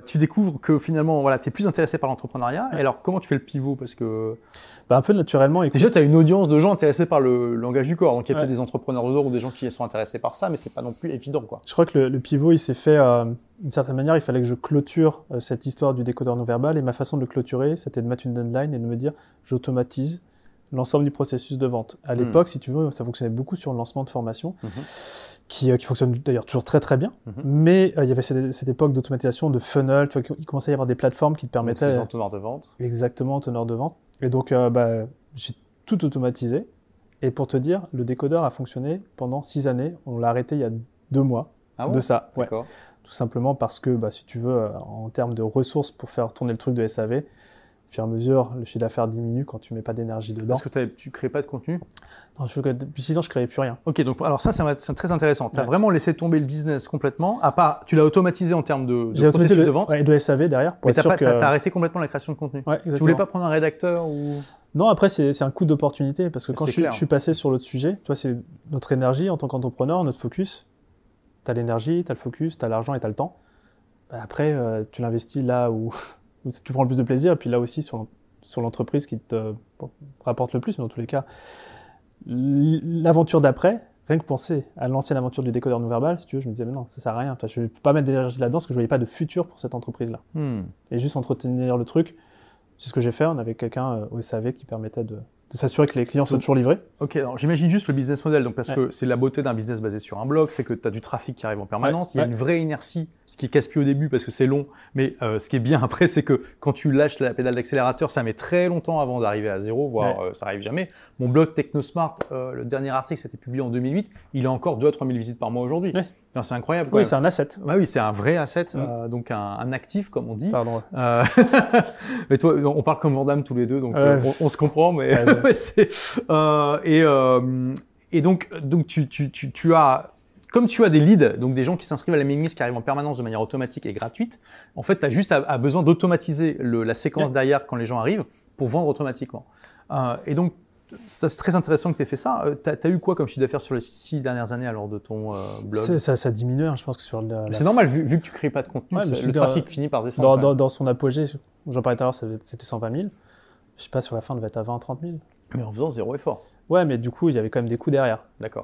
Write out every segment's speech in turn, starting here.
Tu découvres que finalement, voilà, tu es plus intéressé par l'entrepreneuriat. Ouais. Et alors, comment tu fais le pivot? Parce que Un peu naturellement. Écoute, déjà, tu as une audience de gens intéressés par le langage du corps. Donc, il y a Ouais. peut-être des entrepreneurs ou des gens qui sont intéressés par ça, mais c'est pas non plus évident, quoi. je crois que le pivot, il s'est fait d'une certaine manière. Il fallait que je clôture cette histoire du décodeur non verbal. Et ma façon de le clôturer, c'était de mettre une deadline et de me dire, j'automatise l'ensemble du processus de vente. À l'époque, si tu veux, ça fonctionnait beaucoup sur le lancement de formation, qui fonctionne d'ailleurs toujours très très bien. Mais il y avait cette époque d'automatisation, de funnel. Tu vois, il commençait à y avoir des plateformes qui te permettaient... Donc, c'est des entonnoirs de vente. Exactement, teneur de vente. Et donc, j'ai tout automatisé. Et pour te dire, le décodeur a fonctionné pendant 6 années. On l'a arrêté il y a 2 mois de ça. Ouais. D'accord. Tout simplement parce que, si tu veux, en termes de ressources pour faire tourner le truc de SAV, au fur et à mesure, le chiffre d'affaires diminue quand tu mets pas d'énergie dedans. Parce que tu crées pas de contenu? Non, depuis 6 ans, je ne créais plus rien. Ok, donc alors ça, c'est très intéressant. Tu as Ouais. vraiment laissé tomber le business complètement, à part, tu l'as automatisé en termes de J'ai automatisé processus de vente, et de SAV derrière. Pour mais être sûr que... t'as arrêté complètement la création de contenu. Ouais, exactement. Tu voulais pas prendre un rédacteur ou... Non, après, c'est un coup d'opportunité parce que quand C'est je clair. suis passé sur l'autre sujet, tu vois, c'est notre énergie en tant qu'entrepreneur, notre focus. Tu as l'énergie, tu as le focus, tu as l'argent et tu as le temps. Après, tu l'investis là où tu prends le plus de plaisir, et puis là aussi sur l'entreprise qui te rapporte le plus, mais dans tous les cas, l'aventure d'après, rien que penser à lancer l'aventure du décodeur non verbal, si tu veux, je me disais, mais non, ça sert à rien. Je ne peux pas mettre d'énergie là-dedans parce que je ne voyais pas de futur pour cette entreprise-là. Et juste entretenir le truc, c'est ce que j'ai fait. On avait quelqu'un au SAV qui permettait de s'assurer que les clients soient toujours livrés. Ok, alors j'imagine juste le business model, donc parce que c'est la beauté d'un business basé sur un blog, c'est que tu as du trafic qui arrive en permanence, il y a une vraie inertie, ce qui est casse-pied au début parce que c'est long, mais ce qui est bien après, c'est que quand tu lâches la pédale d'accélérateur, ça met très longtemps avant d'arriver à zéro, voire ça arrive jamais. Mon blog TechnoSmart, le dernier article, ça a été publié en 2008, il a encore 2 à 3 000 visites par mois aujourd'hui. C'est incroyable. Oui, c'est un asset. Oui, c'est un vrai asset, donc un actif, comme on dit. Pardon. Mais toi, on parle comme Vandame tous les deux, donc on se comprend, mais et donc tu as, comme tu as des leads, donc des gens qui s'inscrivent à la mailing list qui arrivent en permanence de manière automatique et gratuite, en fait, tu as juste besoin d'automatiser la séquence derrière quand les gens arrivent pour vendre automatiquement. Et donc, ça, c'est très intéressant que tu aies fait ça. Tu as eu quoi comme chiffre d'affaires sur les 6 dernières années alors de ton blog? Ça diminue, je pense que sur c'est normal, vu que tu ne crées pas de contenu, le trafic finit par descendre. Dans son apogée, j'en parlais tout à l'heure, c'était 120 000. Je sais pas, sur la fin, on devait être à 20 30 000. Mais en faisant zéro effort. Ouais, mais du coup, il y avait quand même des coûts derrière. D'accord.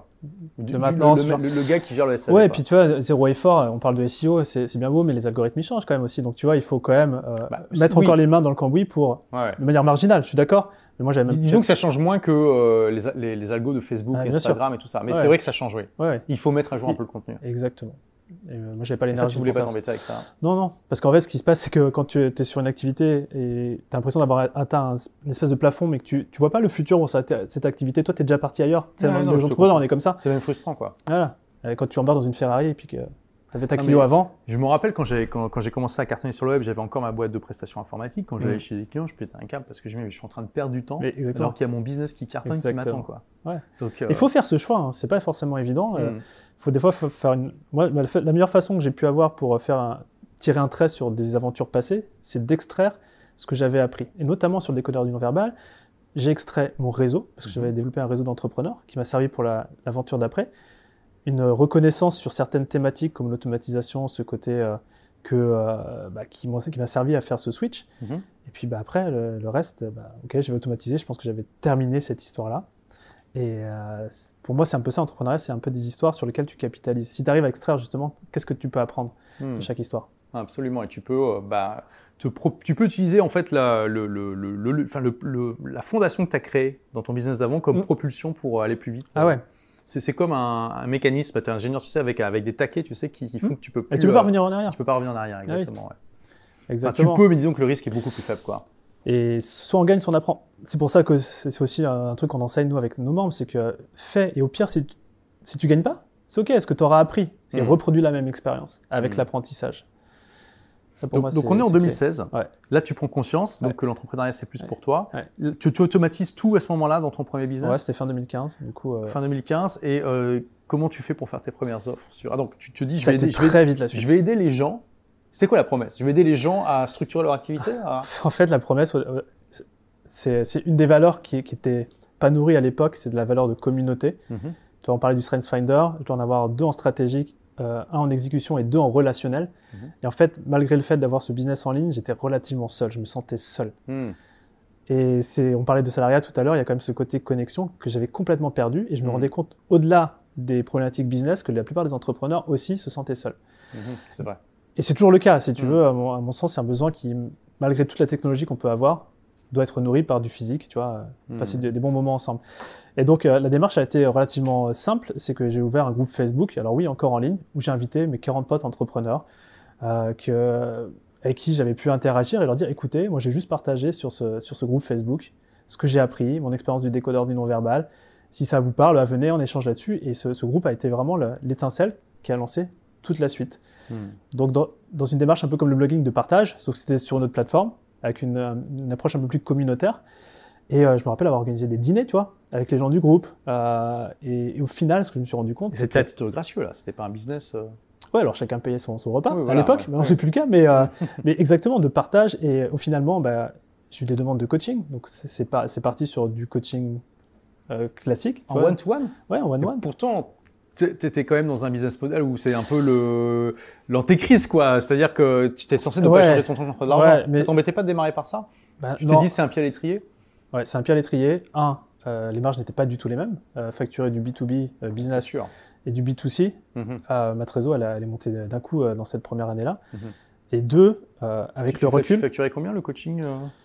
Le gars qui gère le SAV. Ouais, et puis tu vois, zéro effort, on parle de SEO, c'est bien beau, mais les algorithmes ils changent quand même aussi. Donc tu vois, il faut quand même mettre encore les mains dans le cambouis pour, de manière marginale, je suis d'accord. Mais moi, j'avais même... Disons que ça change moins que les algos de Facebook, Instagram et tout ça. Mais c'est vrai que ça change, oui. Il faut mettre à jour un peu le contenu. Exactement. Et moi, j'avais pas l'énergie. Ça, tu voulais pas t'embêter avec ça? Non. Parce qu'en fait, ce qui se passe, c'est que quand tu es sur une activité et tu as l'impression d'avoir atteint une espèce de plafond, mais que tu vois pas le futur pour cette activité, toi, tu es déjà parti ailleurs. Les entrepreneurs, on est comme ça. C'est même frustrant, quoi. Voilà. Quand tu embarques dans une Ferrari et puis que tu avais ta Clio avant. Je me rappelle quand j'ai commencé à cartonner sur le web, j'avais encore ma boîte de prestations informatiques. Quand j'allais chez les clients, je pétais un câble parce que je suis en train de perdre du temps alors qu'il y a mon business qui cartonne, qui m'attend, quoi. Ouais. Donc, il faut faire ce choix, hein. C'est pas forcément évident. Faut des fois faire Moi, la meilleure façon que j'ai pu avoir pour tirer un trait sur des aventures passées, c'est d'extraire ce que j'avais appris. Et notamment sur le décodeur du non-verbal, j'ai extrait mon réseau, parce que j'avais développé un réseau d'entrepreneurs qui m'a servi pour l'aventure d'après. Une reconnaissance sur certaines thématiques comme l'automatisation, ce côté qui m'a servi à faire ce switch. Et puis après, le reste, ok, je vais automatiser, je pense que j'avais terminé cette histoire-là. Et pour moi, c'est un peu ça, l'entrepreneuriat, c'est un peu des histoires sur lesquelles tu capitalises. Si tu arrives à extraire justement, qu'est-ce que tu peux apprendre de chaque histoire? Absolument, et tu peux utiliser en fait la fondation que tu as créée dans ton business d'avant comme propulsion pour aller plus vite. Ah ouais. C'est comme un mécanisme, tu es ingénieur, tu sais, avec des taquets, tu sais, qui font que tu peux plus... Et tu peux pas revenir en arrière. Tu peux pas revenir en arrière, exactement. Exactement. Tu peux, mais disons que le risque est beaucoup plus faible, quoi. Et soit on gagne, soit on apprend. C'est pour ça que c'est aussi un truc qu'on enseigne, nous, avec nos membres, c'est que fais, et au pire, si tu gagnes pas, c'est ok, est-ce que tu auras appris et reproduit la même expérience avec l'apprentissage. Ça, pour moi, donc on est en 2016, ouais. Là tu prends conscience que l'entrepreneuriat c'est plus pour toi. Tu automatises tout à ce moment-là dans ton premier business? Ouais, c'était fin 2015. Du coup, Fin 2015, et comment tu fais pour faire tes premières offres donc tu te dis, très vite la suite. Je vais aider les gens. C'est quoi la promesse? Je vais aider les gens à structurer leur activité En fait, la promesse, c'est une des valeurs qui était pas nourrie à l'époque, c'est de la valeur de communauté. Tu vas en parler du StrengthsFinder, je dois en avoir 2 en stratégique un en exécution et 2 en relationnel. Et en fait, malgré le fait d'avoir ce business en ligne, j'étais relativement seul. Je me sentais seul. Et on parlait de salariat tout à l'heure, il y a quand même ce côté connexion que j'avais complètement perdu. Et je me rendais compte, au-delà des problématiques business, que la plupart des entrepreneurs aussi se sentaient seuls. C'est vrai. Et c'est toujours le cas, si tu veux. À mon sens, c'est un besoin qui, malgré toute la technologie qu'on peut avoir, doit être nourri par du physique, tu vois, passer des bons moments ensemble. Et donc, la démarche a été relativement simple. C'est que j'ai ouvert un groupe Facebook, alors oui, encore en ligne, où j'ai invité mes 40 potes entrepreneurs avec qui j'avais pu interagir et leur dire, écoutez, moi j'ai juste partagé sur ce groupe Facebook ce que j'ai appris, mon expérience du décodeur du non-verbal. Si ça vous parle, venez, on échange là-dessus. Et ce groupe a été vraiment l'étincelle qui a lancé toute la suite. Donc, dans une démarche un peu comme le blogging de partage, sauf que c'était sur une autre plateforme, avec une approche un peu plus communautaire. Et je me rappelle avoir organisé des dîners, tu vois, avec les gens du groupe. Et au final, ce que je me suis rendu compte, c'était à titre gracieux, là. C'était pas un business. Ouais, alors chacun payait son repas à l'époque, maintenant c'est plus le cas, mais exactement, de partage. Et finalement, j'ai eu des demandes de coaching. Donc c'est parti sur du coaching classique. En one-to-one ? Ouais, en one-to-one. Pourtant, t'étais quand même dans un business model où c'est un peu l'antéchrist, quoi. C'est-à-dire que tu étais censé ne pas échanger ton temps contre de l'argent. Ouais, mais ça t'embêtait pas de démarrer par ça ? Tu t'es dit c'est un pied à l'étrier ? Ouais, c'est un pied à l'étrier. Les marges n'étaient pas du tout les mêmes. Facturer du B2B business et du B2C, ma trésor, elle est montée d'un coup dans cette première année-là. Et 2, avec le recul... Tu facturais combien le coaching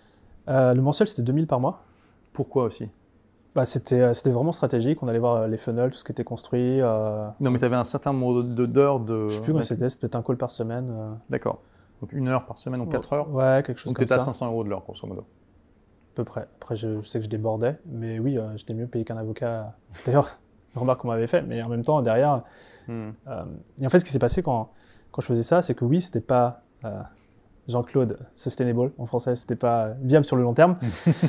Le mensuel, c'était 2000 par mois. Pourquoi aussi ? C'était vraiment stratégique. On allait voir les funnels, tout ce qui était construit. Non, mais tu avais un certain nombre d'heures de... Je ne sais plus comment c'était peut-être un call par semaine. D'accord. Donc 1 heure par semaine, donc 4 heures. Ouais, quelque chose donc comme ça. Donc tu étais à 500 € de l'heure, grosso modo. À peu près. Après, je sais que je débordais, mais oui, j'étais mieux payé qu'un avocat. C'est d'ailleurs une remarque qu'on m'avait fait, mais en même temps, derrière... et en fait, ce qui s'est passé quand je faisais ça, c'est que oui, c'était pas... Jean-Claude Sustainable en français, c'était pas viable sur le long terme.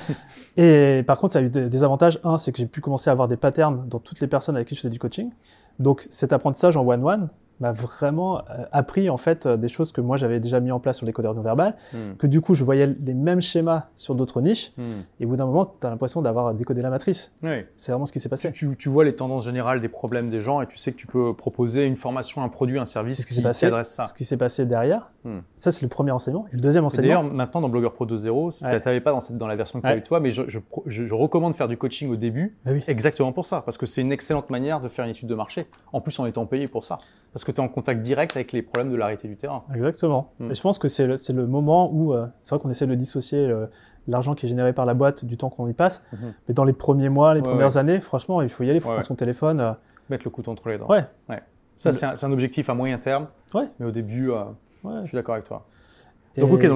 Et par contre, ça a eu des avantages. Un, c'est que j'ai pu commencer à avoir des patterns dans toutes les personnes avec qui je faisais du coaching. Donc cet apprentissage en one-one m'a vraiment appris en fait des choses que moi j'avais déjà mis en place sur les codeurs non verbal, que du coup je voyais les mêmes schémas sur d'autres niches, et au bout d'un moment tu as l'impression d'avoir décodé la matrice. Oui. C'est vraiment ce qui s'est passé. Tu vois les tendances générales des problèmes des gens et tu sais que tu peux proposer une formation, un produit, un service qui adresse ça. Ce qui s'est passé derrière, ça c'est le premier enseignement. Et le deuxième enseignement... D'ailleurs maintenant dans Blogueur Pro 2.0, tu n'avais pas dans la version que tu as eu toi, mais je recommande de faire du coaching au début, exactement pour ça, parce que c'est une excellente manière de faire une étude de marché, en plus en étant payé pour ça. Parce que tu es en contact direct avec les problèmes de la réalité du terrain. Exactement. Et je pense que c'est le moment où, c'est vrai qu'on essaie de dissocier l'argent qui est généré par la boîte du temps qu'on y passe, mais dans les premiers mois, les premières années, franchement, il faut y aller, il faut prendre son téléphone. Mettre le couteau entre les dents. Ouais. Ça, c'est un objectif à moyen terme, mais au début, je suis d'accord avec toi. Donc, donc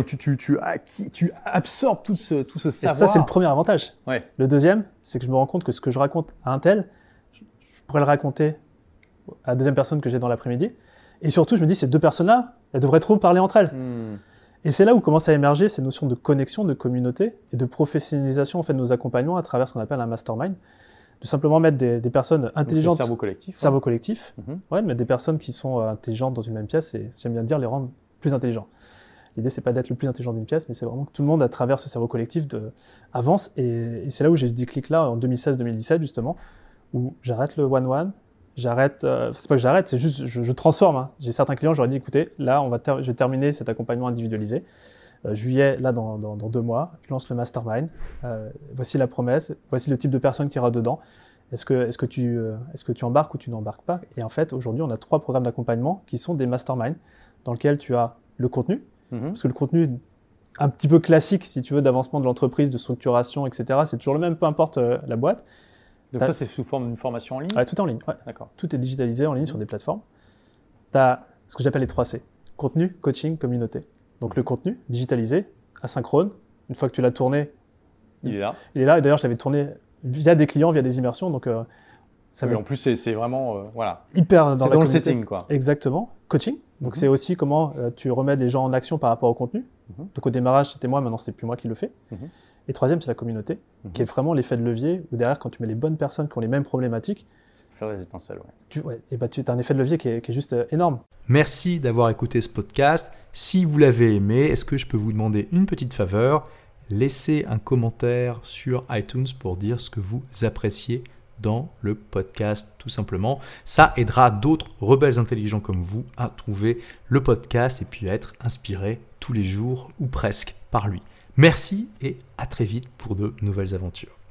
tu absorbes tout ce savoir. Et ça, c'est le premier avantage. Le deuxième, c'est que je me rends compte que ce que je raconte à un tel, je pourrais le raconter à la deuxième personne que j'ai dans l'après-midi. Et surtout, je me dis, ces deux personnes-là, elles devraient trop parler entre elles. Et c'est là où commencent à émerger ces notions de connexion, de communauté et de professionnalisation en fait, de nos accompagnements à travers ce qu'on appelle un mastermind. De simplement mettre des personnes intelligentes. Donc, cerveau collectif. Cerveau collectif. De mettre des personnes qui sont intelligentes dans une même pièce et, j'aime bien dire, les rendre plus intelligents. L'idée, c'est pas d'être le plus intelligent d'une pièce, mais c'est vraiment que tout le monde, à travers ce cerveau collectif, avance. Et c'est là où j'ai eu ce déclic-là, en 2016-2017, justement, où j'arrête le one-one. J'arrête, c'est pas que j'arrête, c'est juste je transforme. J'ai certains clients, je leur ai dit, écoutez, là, je vais terminer cet accompagnement individualisé. Juillet, là, dans 2 mois, je lance le mastermind. Voici la promesse, voici le type de personne qui ira dedans. Est-ce que tu embarques ou tu n'embarques pas? Et en fait, aujourd'hui, on a 3 programmes d'accompagnement qui sont des masterminds dans lesquels tu as le contenu, parce que le contenu un petit peu classique, si tu veux, d'avancement de l'entreprise, de structuration, etc., c'est toujours le même, peu importe la boîte. Donc ça, c'est sous forme d'une formation en ligne ? Ouais, tout est en ligne. Ouais. D'accord. Tout est digitalisé en ligne sur des plateformes. Tu as ce que j'appelle les 3 C. Contenu, coaching, communauté. Donc le contenu, digitalisé, asynchrone. Une fois que tu l'as tourné, il est là. Il est là. Et d'ailleurs, je l'avais tourné via des clients, via des immersions. Donc, ça en plus, c'est vraiment hyper dans le setting, quoi. Exactement. Coaching. Donc c'est aussi comment tu remets les gens en action par rapport au contenu. Donc au démarrage, c'était moi. Maintenant, c'est plus moi qui le fais. Et troisième, c'est la communauté, qui est vraiment l'effet de levier, où derrière, quand tu mets les bonnes personnes qui ont les mêmes problématiques, faire des étincelles, tu as un effet de levier qui est juste énorme. Merci d'avoir écouté ce podcast. Si vous l'avez aimé, est-ce que je peux vous demander une petite faveur ? Laissez un commentaire sur iTunes pour dire ce que vous appréciez dans le podcast, tout simplement. Ça aidera d'autres rebelles intelligents comme vous à trouver le podcast et puis à être inspirés tous les jours ou presque par lui. Merci et à très vite pour de nouvelles aventures.